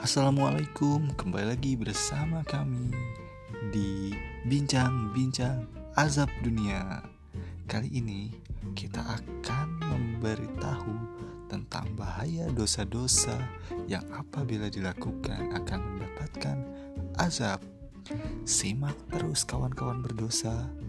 Assalamualaikum, kembali lagi bersama kami di Bincang-Bincang Azab Dunia. Kali ini kita akan memberitahu tentang bahaya dosa-dosa yang apabila dilakukan akan mendapatkan azab. Simak terus kawan-kawan berdosa.